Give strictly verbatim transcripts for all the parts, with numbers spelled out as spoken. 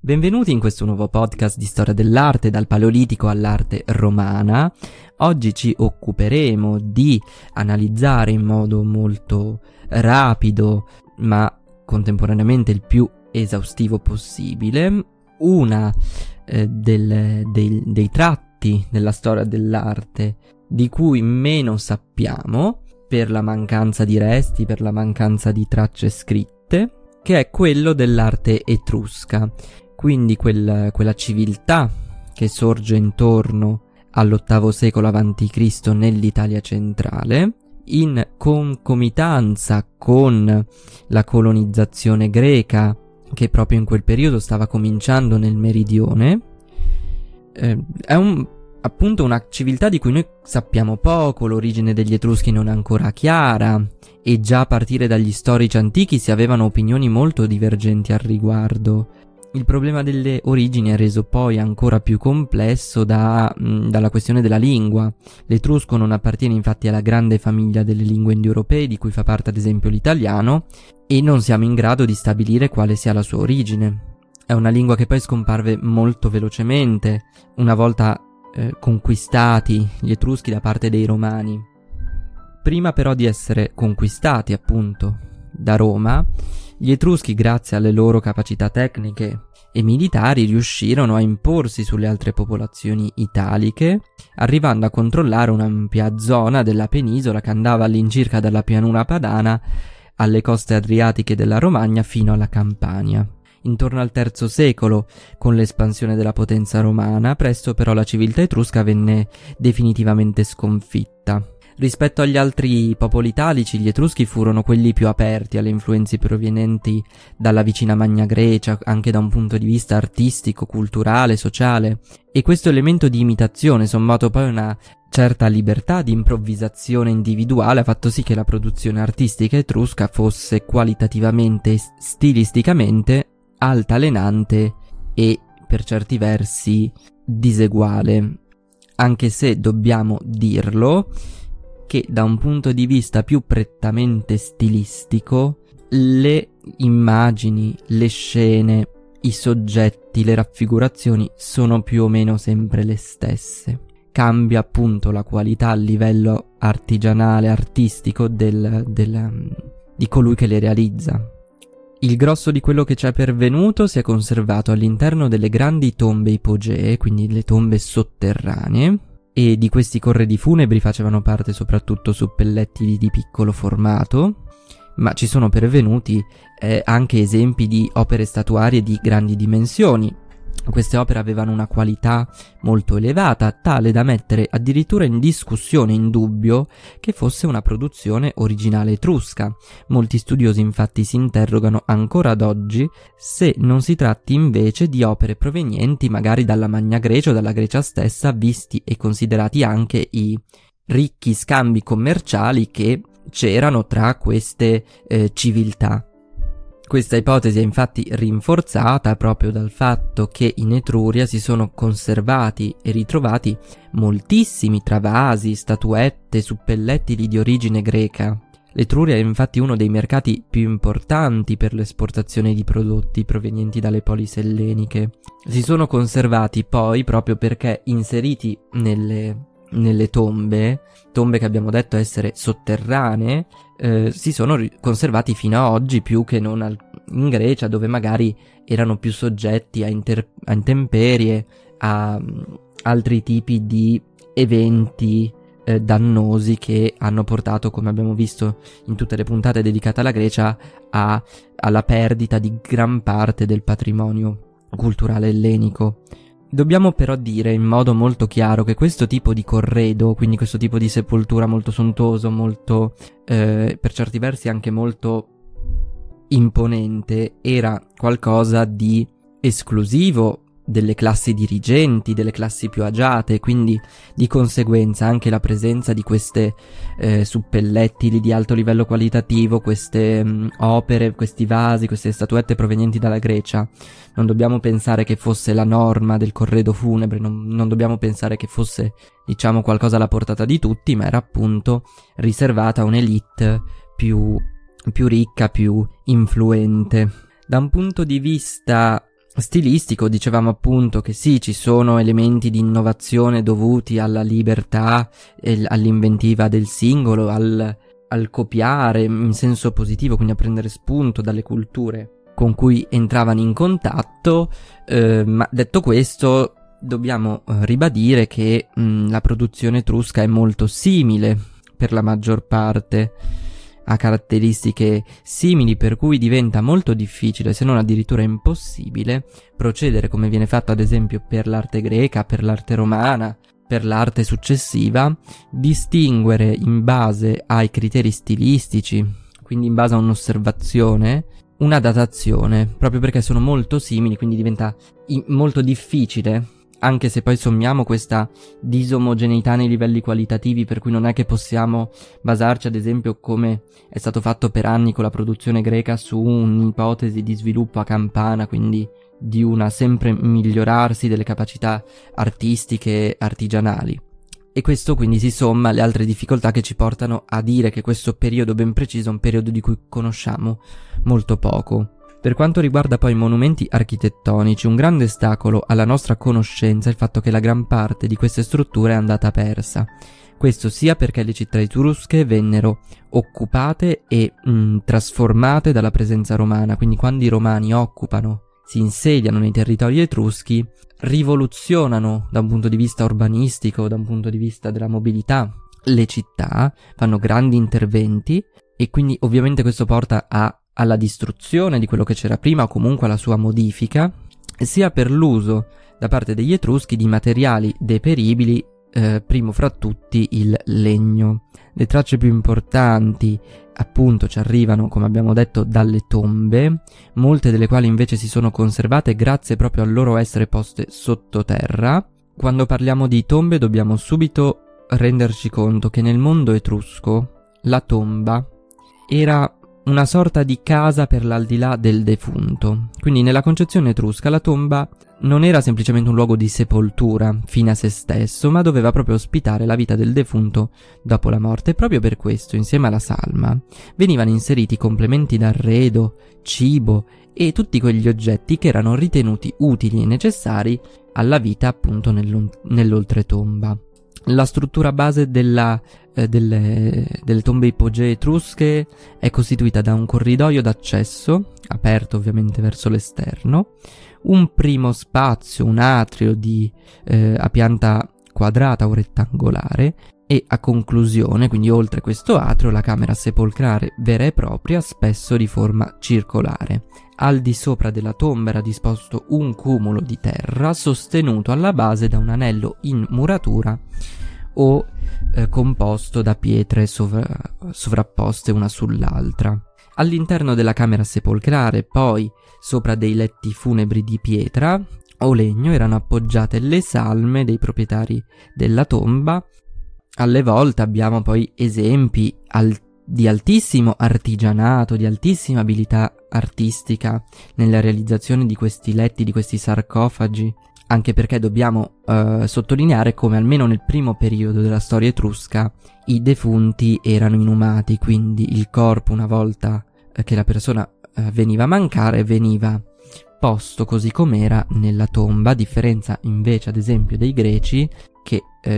Benvenuti in questo nuovo podcast di storia dell'arte, dal Paleolitico all'arte romana. Oggi ci occuperemo di analizzare in modo molto rapido, ma contemporaneamente il più esaustivo possibile, una eh, del, dei, dei tratti della storia dell'arte di cui meno sappiamo per la mancanza di resti, per la mancanza di tracce scritte, che è quello dell'arte etrusca. Quindi quel, quella civiltà che sorge intorno all'ottavo secolo avanti Cristo nell'Italia centrale, in concomitanza con la colonizzazione greca che proprio in quel periodo stava cominciando nel meridione. Eh, è un, appunto una civiltà di cui noi sappiamo poco, l'origine degli Etruschi non è ancora chiara e già a partire dagli storici antichi si avevano opinioni molto divergenti al riguardo. Il problema delle origini è reso poi ancora più complesso da, mh, dalla questione della lingua. L'etrusco non appartiene infatti alla grande famiglia delle lingue indoeuropee, di cui fa parte ad esempio l'italiano, e non siamo in grado di stabilire quale sia la sua origine. È una lingua che poi scomparve molto velocemente, una volta eh, conquistati gli Etruschi da parte dei Romani. Prima però di essere conquistati appunto da Roma, gli Etruschi, grazie alle loro capacità tecniche e militari, riuscirono a imporsi sulle altre popolazioni italiche, arrivando a controllare un'ampia zona della penisola che andava all'incirca dalla pianura padana alle coste adriatiche della Romagna fino alla Campania. Intorno al terzo secolo, con l'espansione della potenza romana, presto però la civiltà etrusca venne definitivamente sconfitta. Rispetto agli altri popoli italici, gli Etruschi furono quelli più aperti alle influenze provenienti dalla vicina Magna Grecia, anche da un punto di vista artistico, culturale, sociale, e questo elemento di imitazione, sommato poi a una certa libertà di improvvisazione individuale, ha fatto sì che la produzione artistica etrusca fosse qualitativamente e stilisticamente altalenante e, per certi versi, diseguale, anche se dobbiamo dirlo che da un punto di vista più prettamente stilistico le immagini, le scene, i soggetti, le raffigurazioni sono più o meno sempre le stesse. Cambia appunto la qualità a livello artigianale, artistico del, del, di colui che le realizza. Il grosso di quello che ci è pervenuto si è conservato all'interno delle grandi tombe ipogee, quindi le tombe sotterranee, e di questi corredi funebri facevano parte soprattutto suppellettili di piccolo formato, ma ci sono pervenuti eh, anche esempi di opere statuarie di grandi dimensioni. Queste opere avevano una qualità molto elevata, tale da mettere addirittura in discussione, in dubbio, che fosse una produzione originale etrusca. Molti studiosi infatti si interrogano ancora ad oggi se non si tratti invece di opere provenienti magari dalla Magna Grecia o dalla Grecia stessa, visti e considerati anche i ricchi scambi commerciali che c'erano tra queste eh, civiltà. Questa ipotesi è infatti rinforzata proprio dal fatto che in Etruria si sono conservati e ritrovati moltissimi travasi, statuette, suppellettili di origine greca. L'Etruria è infatti uno dei mercati più importanti per l'esportazione di prodotti provenienti dalle polis elleniche. Si sono conservati poi proprio perché inseriti nelle... nelle tombe, tombe che abbiamo detto essere sotterranee, eh, si sono ri- conservati fino a oggi, più che non al- in Grecia, dove magari erano più soggetti a, inter- a intemperie, a um, altri tipi di eventi eh, dannosi che hanno portato, come abbiamo visto in tutte le puntate dedicate alla Grecia, a- alla perdita di gran parte del patrimonio culturale ellenico. Dobbiamo però dire in modo molto chiaro che questo tipo di corredo, quindi questo tipo di sepoltura molto sontuoso, molto, eh, per certi versi anche molto imponente, era qualcosa di esclusivo delle classi dirigenti, delle classi più agiate, quindi di conseguenza anche la presenza di queste eh, suppellettili di alto livello qualitativo, queste mh, opere, questi vasi, queste statuette provenienti dalla Grecia, non dobbiamo pensare che fosse la norma del corredo funebre, non, non dobbiamo pensare che fosse, diciamo, qualcosa alla portata di tutti, ma era appunto riservata a un'elite più, più ricca, più influente. Da un punto di vista stilistico, dicevamo appunto che sì, ci sono elementi di innovazione dovuti alla libertà e all'inventiva del singolo, al, al copiare in senso positivo, quindi a prendere spunto dalle culture con cui entravano in contatto, eh, ma detto questo dobbiamo ribadire che mh, la produzione etrusca è molto simile per la maggior parte, ha caratteristiche simili, per cui diventa molto difficile, se non addirittura impossibile, procedere come viene fatto ad esempio per l'arte greca, per l'arte romana, per l'arte successiva, distinguere in base ai criteri stilistici, quindi in base a un'osservazione, una datazione, proprio perché sono molto simili, quindi diventa i- molto difficile, anche se poi sommiamo questa disomogeneità nei livelli qualitativi, per cui non è che possiamo basarci ad esempio, come è stato fatto per anni con la produzione greca, su un'ipotesi di sviluppo a campana, quindi di una sempre migliorarsi delle capacità artistiche e artigianali. E questo quindi si somma alle altre difficoltà che ci portano a dire che questo periodo ben preciso è un periodo di cui conosciamo molto poco. Per quanto riguarda poi i monumenti architettonici, un grande ostacolo alla nostra conoscenza è il fatto che la gran parte di queste strutture è andata persa. Questo sia perché le città etrusche vennero occupate e mh, trasformate dalla presenza romana, quindi quando i romani occupano, si insediano nei territori etruschi, rivoluzionano da un punto di vista urbanistico, da un punto di vista della mobilità, le città, fanno grandi interventi e quindi ovviamente questo porta a, alla distruzione di quello che c'era prima o comunque alla sua modifica, sia per l'uso da parte degli etruschi di materiali deperibili, eh, primo fra tutti il legno. Le tracce più importanti appunto ci arrivano, come abbiamo detto, dalle tombe, molte delle quali invece si sono conservate grazie proprio al loro essere poste sottoterra. Quando parliamo di tombe dobbiamo subito renderci conto che nel mondo etrusco la tomba era una sorta di casa per l'aldilà del defunto. Quindi nella concezione etrusca la tomba non era semplicemente un luogo di sepoltura fine a se stesso, ma doveva proprio ospitare la vita del defunto dopo la morte. E proprio per questo, insieme alla salma, venivano inseriti complementi d'arredo, cibo e tutti quegli oggetti che erano ritenuti utili e necessari alla vita appunto nell'oltretomba. La struttura base della, eh, delle, delle tombe ipogee etrusche è costituita da un corridoio d'accesso, aperto ovviamente verso l'esterno, un primo spazio, un atrio di, eh, a pianta quadrata o rettangolare, e a conclusione, quindi oltre questo atrio, la camera sepolcrale vera e propria, spesso di forma circolare. Al di sopra della tomba era disposto un cumulo di terra sostenuto alla base da un anello in muratura o eh, composto da pietre sovra- sovrapposte una sull'altra. All'interno della camera sepolcrale, poi, sopra dei letti funebri di pietra o legno, erano appoggiate le salme dei proprietari della tomba. Alle volte abbiamo poi esempi al- di altissimo artigianato, di altissima abilità artistica nella realizzazione di questi letti, di questi sarcofagi, anche perché dobbiamo eh, sottolineare come almeno nel primo periodo della storia etrusca i defunti erano inumati, quindi il corpo, una volta eh, che la persona eh, veniva a mancare, veniva posto così com'era nella tomba, a differenza invece ad esempio dei greci che eh,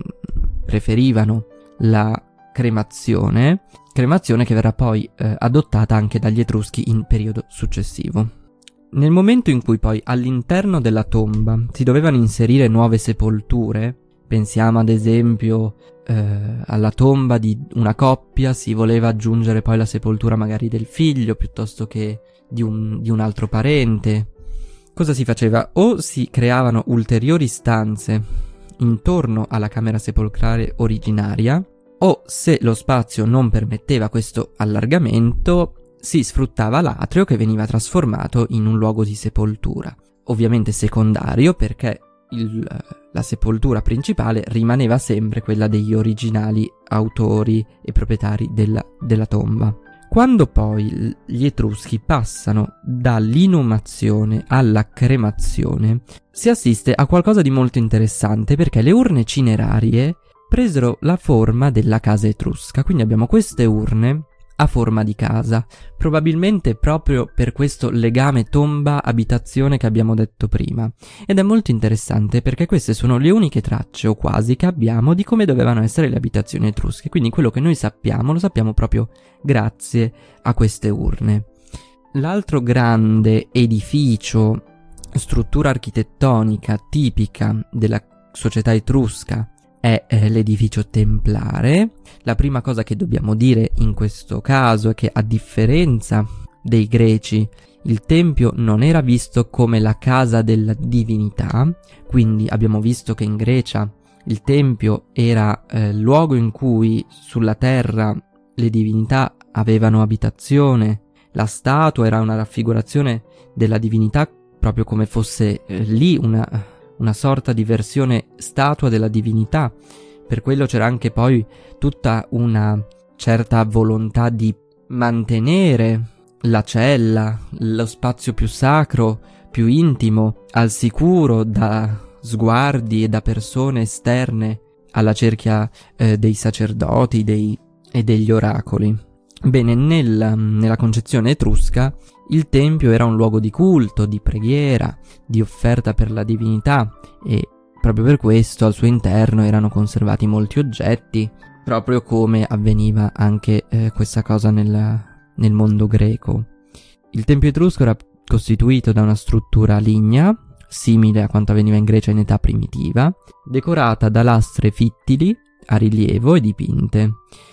preferivano la cremazione, cremazione che verrà poi eh, adottata anche dagli etruschi in periodo successivo. Nel momento in cui poi all'interno della tomba si dovevano inserire nuove sepolture, pensiamo ad esempio eh, alla tomba di una coppia, si voleva aggiungere poi la sepoltura magari del figlio piuttosto che di un, di un altro parente, cosa si faceva? O si creavano ulteriori stanze intorno alla camera sepolcrale originaria, o se lo spazio non permetteva questo allargamento si sfruttava l'atrio che veniva trasformato in un luogo di sepoltura, ovviamente secondario perché il, la sepoltura principale rimaneva sempre quella degli originali autori e proprietari della, della tomba. Quando poi gli etruschi passano dall'inumazione alla cremazione, si assiste a qualcosa di molto interessante, perché le urne cinerarie presero la forma della casa etrusca. Quindi abbiamo queste urne a forma di casa, probabilmente proprio per questo legame tomba-abitazione che abbiamo detto prima. Ed è molto interessante perché queste sono le uniche tracce, o quasi, che abbiamo di come dovevano essere le abitazioni etrusche, quindi quello che noi sappiamo lo sappiamo proprio grazie a queste urne. L'altro grande edificio, struttura architettonica tipica della società etrusca, è eh, l'edificio templare. La prima cosa che dobbiamo dire in questo caso è che, a differenza dei greci, il tempio non era visto come la casa della divinità, quindi abbiamo visto che in Grecia il tempio era eh, il luogo in cui sulla terra le divinità avevano abitazione, la statua era una raffigurazione della divinità proprio come fosse eh, lì una, una sorta di versione statua della divinità. Per quello c'era anche poi tutta una certa volontà di mantenere la cella, lo spazio più sacro, più intimo, al sicuro da sguardi e da persone esterne alla cerchia eh, dei sacerdoti dei, e degli oracoli. Bene, nel, nella concezione etrusca il tempio era un luogo di culto, di preghiera, di offerta per la divinità, e proprio per questo al suo interno erano conservati molti oggetti, proprio come avveniva anche eh, questa cosa nel, nel mondo greco. Il tempio etrusco era costituito da una struttura lignea, simile a quanto avveniva in Grecia in età primitiva, decorata da lastre fittili a rilievo e dipinte.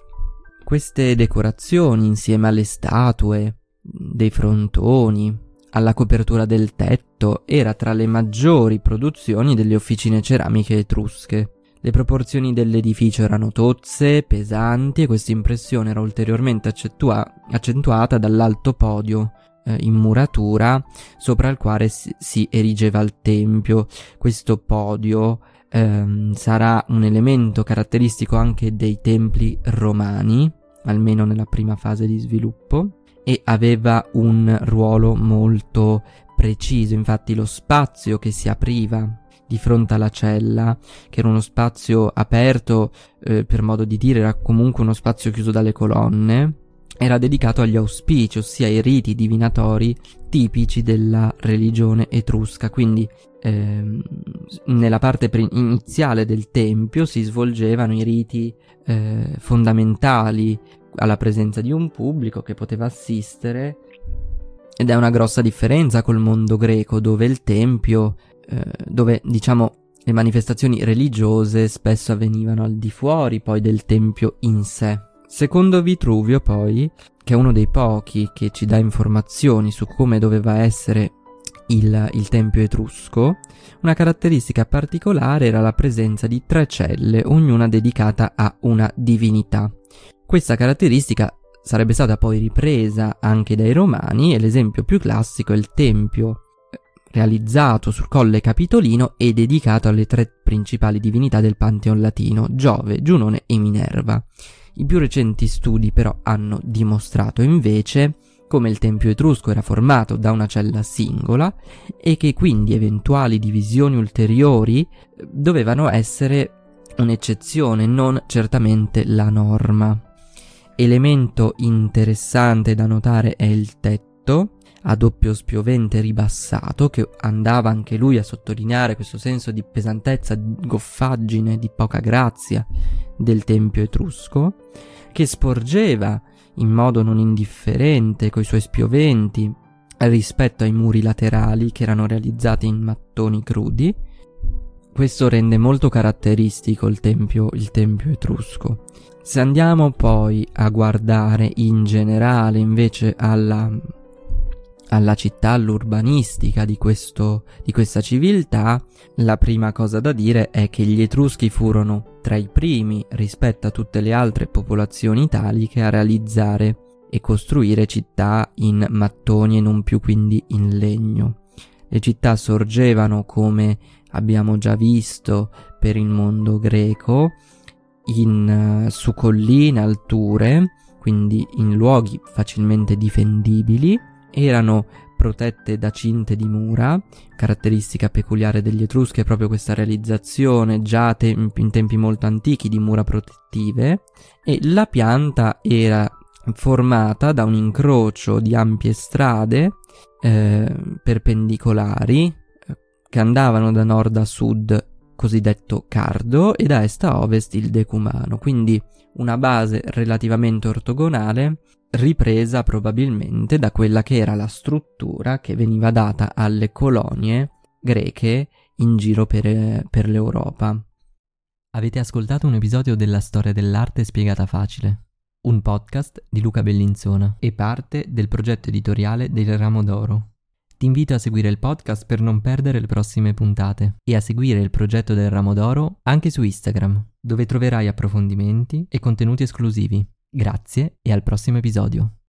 Queste decorazioni, insieme alle statue, dei frontoni, alla copertura del tetto, era tra le maggiori produzioni delle officine ceramiche etrusche. Le proporzioni dell'edificio erano tozze, pesanti, e questa impressione era ulteriormente accentua- accentuata dall'alto podio eh, in muratura sopra il quale si, si erigeva il tempio. Questo podio ehm, sarà un elemento caratteristico anche dei templi romani, almeno nella prima fase di sviluppo, e aveva un ruolo molto preciso. Infatti lo spazio che si apriva di fronte alla cella, che era uno spazio aperto, eh, per modo di dire, era comunque uno spazio chiuso dalle colonne, era dedicato agli auspici, ossia ai riti divinatori tipici della religione etrusca. Quindi ehm, nella parte pre- iniziale del tempio si svolgevano i riti eh, fondamentali alla presenza di un pubblico che poteva assistere, ed è una grossa differenza col mondo greco, dove il tempio, eh, dove diciamo le manifestazioni religiose spesso avvenivano al di fuori poi del tempio in sé. Secondo Vitruvio poi, che è uno dei pochi che ci dà informazioni su come doveva essere il, il tempio etrusco, una caratteristica particolare era la presenza di tre celle, ognuna dedicata a una divinità. Questa caratteristica sarebbe stata poi ripresa anche dai Romani, e l'esempio più classico è il tempio realizzato sul Colle Capitolino e dedicato alle tre principali divinità del Pantheon latino, Giove, Giunone e Minerva. I più recenti studi però hanno dimostrato invece come il tempio etrusco era formato da una cella singola e che quindi eventuali divisioni ulteriori dovevano essere un'eccezione, non certamente la norma. Elemento interessante da notare è il tetto a doppio spiovente ribassato, che andava anche lui a sottolineare questo senso di pesantezza, di goffaggine, di poca grazia del tempio etrusco, che sporgeva in modo non indifferente coi suoi spioventi rispetto ai muri laterali, che erano realizzati in mattoni crudi. Questo rende molto caratteristico il tempio, il tempio etrusco. Se andiamo poi a guardare in generale invece alla, alla città, all'urbanistica di, questo, di questa civiltà, la prima cosa da dire è che gli Etruschi furono tra i primi rispetto a tutte le altre popolazioni italiche a realizzare e costruire città in mattoni e non più quindi in legno. Le città sorgevano, come abbiamo già visto per il mondo greco, in, uh, su colline, alture, quindi in luoghi facilmente difendibili. Erano protette da cinte di mura, caratteristica peculiare degli Etruschi è proprio questa realizzazione già te- in tempi molto antichi di mura protettive, e la pianta era formata da un incrocio di ampie strade eh, perpendicolari eh, che andavano da nord a sud, cosiddetto cardo, e da est a ovest il decumano, quindi una base relativamente ortogonale ripresa probabilmente da quella che era la struttura che veniva data alle colonie greche in giro per, per l'Europa. Avete ascoltato un episodio della Storia dell'arte spiegata facile, un podcast di Luca Bellinzona e parte del progetto editoriale del Ramo d'Oro. Ti invito a seguire il podcast per non perdere le prossime puntate e a seguire il progetto del Ramo d'Oro anche su Instagram, dove troverai approfondimenti e contenuti esclusivi. Grazie e al prossimo episodio.